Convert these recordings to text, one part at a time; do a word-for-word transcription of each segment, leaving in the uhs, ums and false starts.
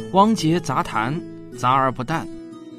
汪杰杂谈，杂而不淡。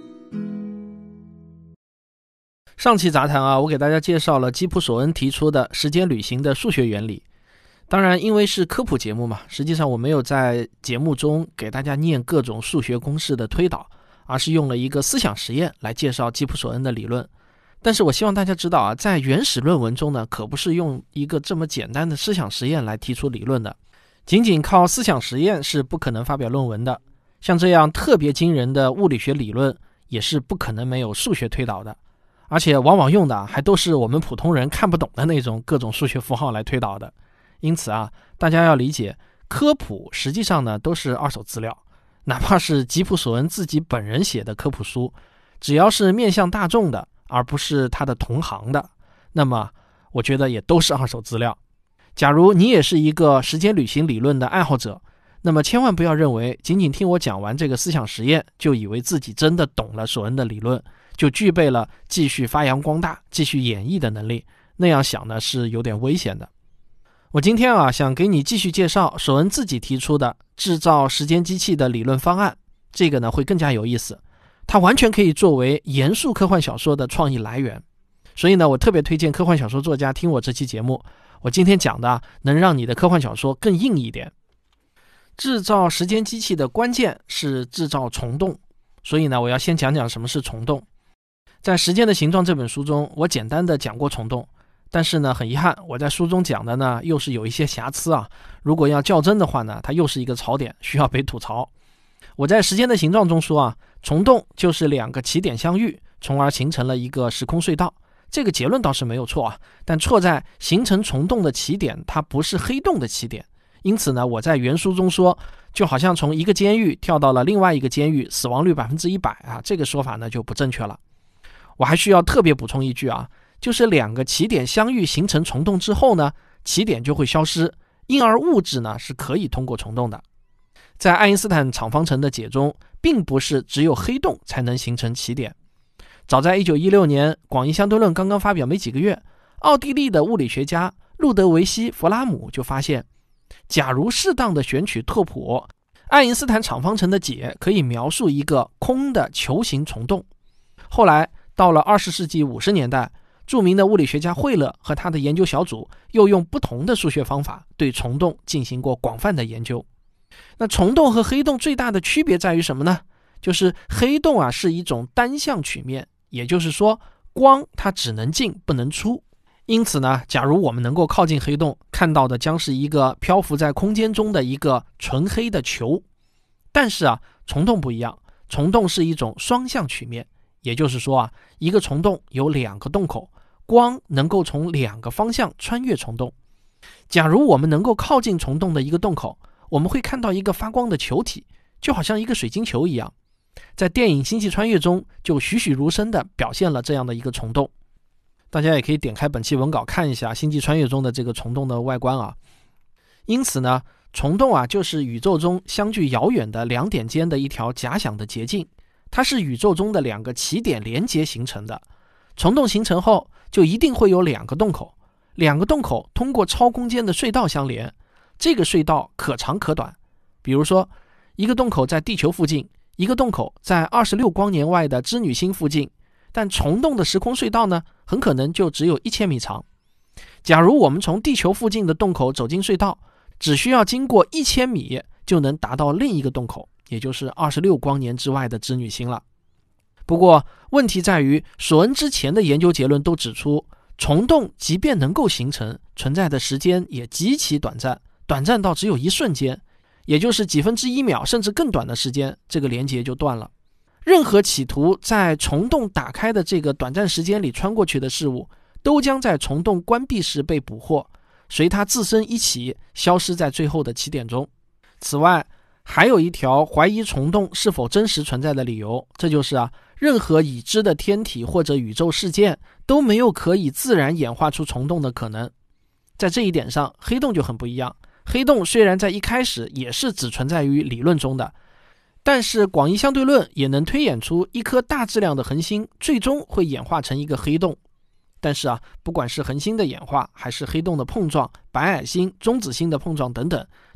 上期杂谈啊，我给大家介绍了基普索恩提出的时间旅行的数学原理。当然因为是科普节目嘛，实际上我没有在节目中给大家念各种数学公式的推导，而是用了一个思想实验来介绍基普索恩的理论。但是我希望大家知道啊，在原始论文中呢，可不是用一个这么简单的思想实验来提出理论的。仅仅靠思想实验是不可能发表论文的，像这样特别惊人的物理学理论也是不可能没有数学推导的，而且往往用的还都是我们普通人看不懂的那种各种数学符号来推导的。因此啊，大家要理解，科普实际上呢都是二手资料，哪怕是吉普索恩自己本人写的科普书，只要是面向大众的，而不是他的同行的，那么我觉得也都是二手资料。假如你也是一个时间旅行理论的爱好者，那么千万不要认为仅仅听我讲完这个思想实验，就以为自己真的懂了索恩的理论，就具备了继续发扬光大、继续演绎的能力。那样想呢是有点危险的。我今天啊，想给你继续介绍索恩自己提出的制造时间机器的理论方案，这个呢会更加有意思。它完全可以作为严肃科幻小说的创意来源。所以呢，我特别推荐科幻小说作家听我这期节目。我今天讲的能让你的科幻小说更硬一点。制造时间机器的关键是制造虫洞，所以呢，我要先讲讲什么是虫洞。在《时间的形状》这本书中，我简单的讲过虫洞，但是呢，很遗憾，我在书中讲的呢，又是有一些瑕疵啊。如果要较真的话呢，它又是一个槽点，需要被吐槽。我在《时间的形状》中说啊，虫洞就是两个起点相遇，从而形成了一个时空隧道。这个结论倒是没有错啊，但错在形成虫洞的起点，它不是黑洞的起点。因此呢，我在原书中说，就好像从一个监狱跳到了另外一个监狱，死亡率百分之一百啊，这个说法呢就不正确了。我还需要特别补充一句啊，就是两个起点相遇形成虫洞之后呢，起点就会消失，因而物质呢是可以通过虫洞的。在爱因斯坦场方程的解中，并不是只有黑洞才能形成起点。早在一九一六年，广义相对论刚刚发表没几个月，奥地利的物理学家路德维希·弗拉姆就发现，假如适当的选取拓扑，爱因斯坦场方程的解可以描述一个空的球形虫洞。后来到了二十世纪五十年代，著名的物理学家惠勒和他的研究小组又用不同的数学方法对虫洞进行过广泛的研究。那虫洞和黑洞最大的区别在于什么呢？就是黑洞啊是一种单向曲面，也就是说光它只能进不能出。因此呢，假如我们能够靠近黑洞，看到的将是一个漂浮在空间中的一个纯黑的球。但是啊，虫洞不一样，虫洞是一种双向曲面，也就是说啊，一个虫洞有两个洞口，光能够从两个方向穿越虫洞。假如我们能够靠近虫洞的一个洞口，我们会看到一个发光的球体，就好像一个水晶球一样。在电影《星际穿越》中就栩栩如生地表现了这样的一个虫洞。大家也可以点开本期文稿看一下《星际穿越》中的这个虫洞的外观啊。因此呢，虫洞啊就是宇宙中相距遥远的两点间的一条假想的捷径，它是宇宙中的两个起点连接形成的。虫洞形成后就一定会有两个洞口，两个洞口通过超空间的隧道相连，这个隧道可长可短。比如说，一个洞口在地球附近，一个洞口在二十六光年外的织女星附近，但虫洞的时空隧道呢，很可能就只有一千米长。假如我们从地球附近的洞口走进隧道，只需要经过一千米就能达到另一个洞口，也就是二十六光年之外的织女星了。不过问题在于，索恩之前的研究结论都指出，虫洞即便能够形成，存在的时间也极其短暂，短暂到只有一瞬间，也就是几分之一秒甚至更短的时间，这个连接就断了。任何企图在虫洞打开的这个短暂时间里穿过去的事物，都将在虫洞关闭时被捕获，随它自身一起消失在最后的起点中。此外，还有一条怀疑虫洞是否真实存在的理由，这就是啊，任何已知的天体或者宇宙事件都没有可以自然演化出虫洞的可能。在这一点上，黑洞就很不一样。黑洞虽然在一开始也是只存在于理论中的，但是广义相对论也能推演出一颗大质量的恒星最终会演化成一个黑洞。但是啊，不管是恒星的演化还是黑洞的碰撞，白矮星、中子星的碰撞等等，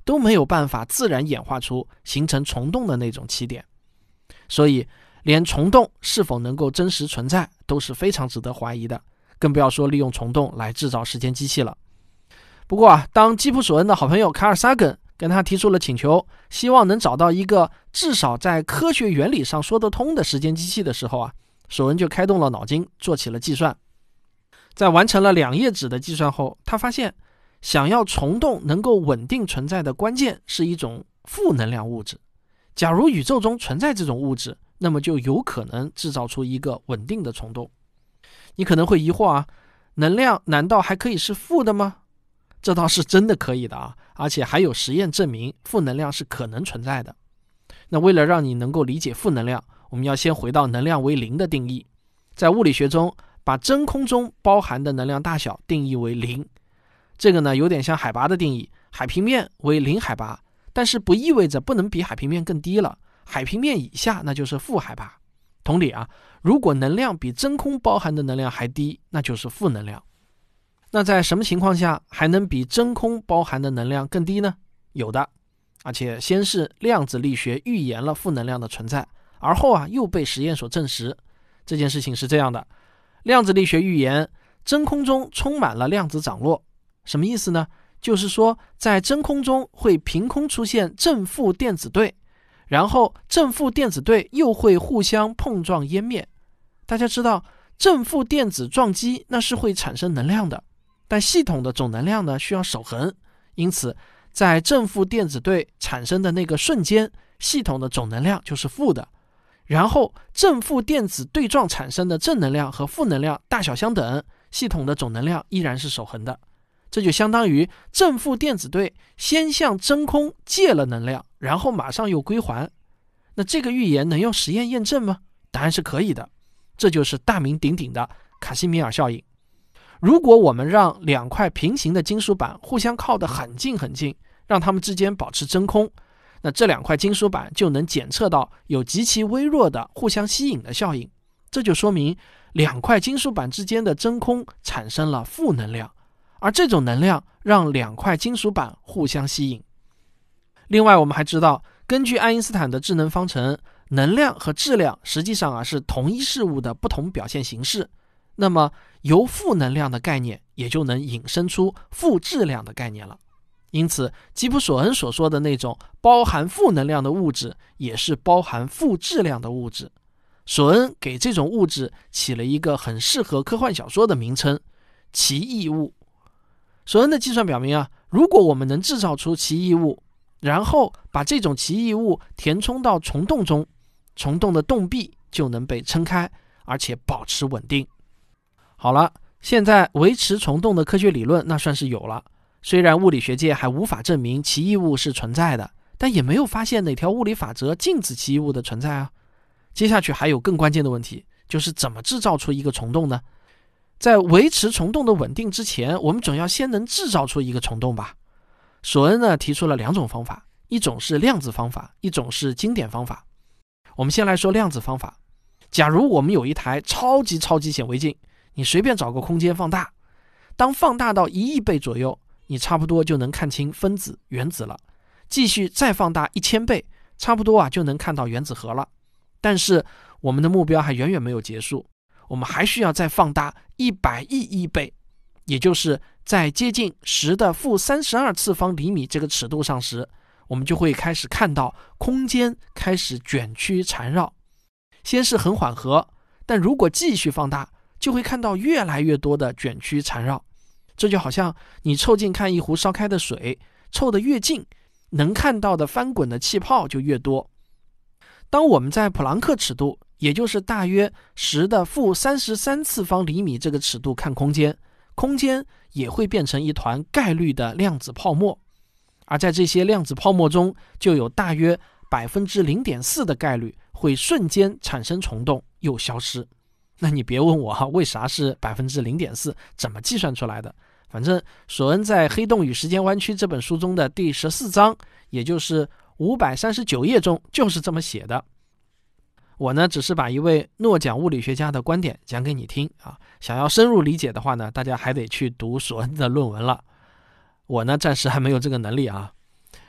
都没有办法自然演化出形成虫洞的那种起点。所以连虫洞是否能够真实存在都是非常值得怀疑的，更不要说利用虫洞来制造时间机器了。不过啊，当基普索恩的好朋友卡尔萨根跟他提出了请求，希望能找到一个至少在科学原理上说得通的时间机器的时候啊，索恩就开动了脑筋，做起了计算。在完成了两页纸的计算后，他发现想要虫洞能够稳定存在的关键是一种负能量物质。假如宇宙中存在这种物质，那么就有可能制造出一个稳定的虫洞。你可能会疑惑啊，能量难道还可以是负的吗？这倒是真的可以的啊，而且还有实验证明负能量是可能存在的。那为了让你能够理解负能量，我们要先回到能量为零的定义。在物理学中，把真空中包含的能量大小定义为零。这个呢，有点像海拔的定义，海平面为零海拔，但是不意味着不能比海平面更低了，海平面以下那就是负海拔。同理啊，如果能量比真空包含的能量还低，那就是负能量。那在什么情况下还能比真空包含的能量更低呢？有的，而且先是量子力学预言了负能量的存在，而后啊又被实验所证实。这件事情是这样的，量子力学预言真空中充满了量子涨落。什么意思呢？就是说在真空中会凭空出现正负电子对，然后正负电子对又会互相碰撞湮灭。大家知道正负电子撞击那是会产生能量的，但系统的总能量呢需要守恒，因此在正负电子对产生的那个瞬间，系统的总能量就是负的，然后正负电子对撞产生的正能量和负能量大小相等，系统的总能量依然是守恒的。这就相当于正负电子对先向真空借了能量，然后马上又归还。那这个预言能用实验验证吗？答案是可以的，这就是大名鼎鼎的卡西米尔效应。如果我们让两块平行的金属板互相靠得很近很近，让它们之间保持真空，那这两块金属板就能检测到有极其微弱的互相吸引的效应。这就说明两块金属板之间的真空产生了负能量，而这种能量让两块金属板互相吸引。另外我们还知道，根据爱因斯坦的质能方程，能量和质量实际上啊是同一事物的不同表现形式。那么由负能量的概念也就能引申出负质量的概念了。因此吉普索恩所说的那种包含负能量的物质也是包含负质量的物质。索恩给这种物质起了一个很适合科幻小说的名称，奇异物。索恩的计算表明啊，如果我们能制造出奇异物，然后把这种奇异物填充到虫洞中，虫洞的洞壁就能被撑开，而且保持稳定。好了，现在维持虫洞的科学理论那算是有了，虽然物理学界还无法证明奇异物是存在的，但也没有发现哪条物理法则禁止奇异物的存在啊。接下去还有更关键的问题，就是怎么制造出一个虫洞呢？在维持虫洞的稳定之前，我们总要先能制造出一个虫洞吧。索恩呢提出了两种方法，一种是量子方法，一种是经典方法。我们先来说量子方法。假如我们有一台超级超级显微镜，你随便找个空间放大，当放大到一亿倍左右，你差不多就能看清分子、原子了。继续再放大一千倍，差不多啊就能看到原子核了。但是我们的目标还远远没有结束，我们还需要再放大一百亿亿倍，也就是在接近十的负三十二次方厘米这个尺度上时，我们就会开始看到空间开始卷曲缠绕。先是很缓和，但如果继续放大，就会看到越来越多的卷曲缠绕。这就好像你凑近看一壶烧开的水，凑得越近，能看到的翻滚的气泡就越多。当我们在普朗克尺度，也就是大约十的负三十三次方厘米这个尺度看空间，空间也会变成一团概率的量子泡沫。而在这些量子泡沫中，就有大约 百分之零点四 的概率会瞬间产生虫洞又消失。那你别问我哈、啊，为啥是 百分之零点四， 怎么计算出来的？反正索恩在《黑洞与时间弯曲》这本书中的第十四章，也就是五百三十九页中就是这么写的。我呢只是把一位诺奖物理学家的观点讲给你听啊，想要深入理解的话呢，大家还得去读索恩的论文了。我呢暂时还没有这个能力啊。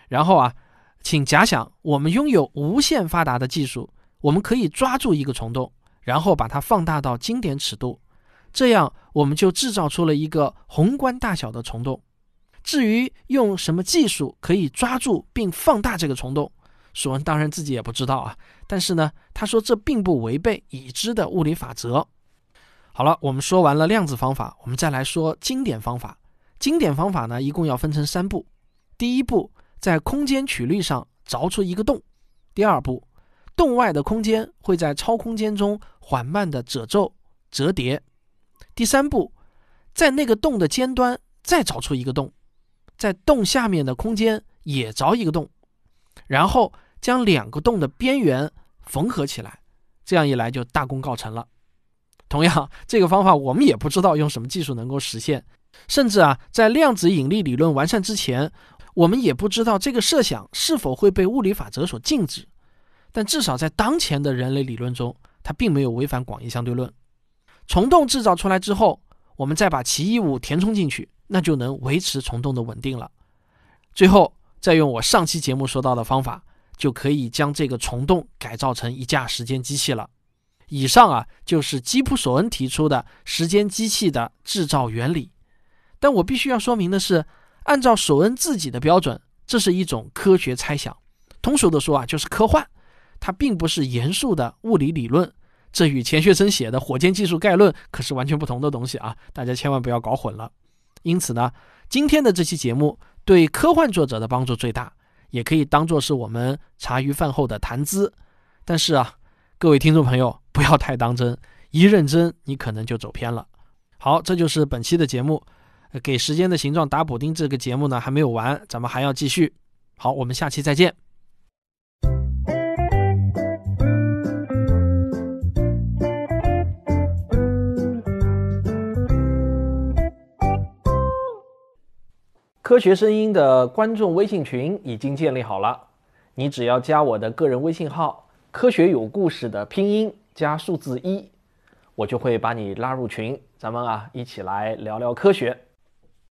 然后啊，请假想我们拥有无限发达的技术，我们可以抓住一个虫洞，然后把它放大到经典尺度，这样我们就制造出了一个宏观大小的虫洞。至于用什么技术可以抓住并放大这个虫洞，索恩当然自己也不知道啊，但是呢，他说这并不违背已知的物理法则。好了，我们说完了量子方法，我们再来说经典方法。经典方法呢，一共要分成三步。第一步，在空间曲率上凿出一个洞。第二步，洞外的空间会在超空间中缓慢的褶皱、折叠。第三步，在那个洞的尖端再凿出一个洞，在洞下面的空间也凿一个洞，然后将两个洞的边缘缝合起来，这样一来就大功告成了。同样，这个方法我们也不知道用什么技术能够实现，甚至啊，在量子引力理论完善之前，我们也不知道这个设想是否会被物理法则所禁止。但至少在当前的人类理论中，它并没有违反广义相对论。虫洞制造出来之后，我们再把奇异物填充进去，那就能维持虫洞的稳定了。最后再用我上期节目说到的方法，就可以将这个虫洞改造成一架时间机器了。以上啊，就是基普索恩提出的时间机器的制造原理。但我必须要说明的是，按照索恩自己的标准，这是一种科学猜想，通俗的说啊，就是科幻，它并不是严肃的物理理论。这与钱学森写的《火箭技术概论》可是完全不同的东西啊，大家千万不要搞混了。因此呢，今天的这期节目对科幻作者的帮助最大，也可以当作是我们茶余饭后的谈资。但是啊，各位听众朋友不要太当真，一认真你可能就走偏了。好，这就是本期的节目。给时间的形状打补丁这个节目呢还没有完，咱们还要继续。好，我们下期再见。科学声音的观众微信群已经建立好了，你只要加我的个人微信号科学有故事的拼音加数字一，我就会把你拉入群，咱们啊一起来聊聊科学。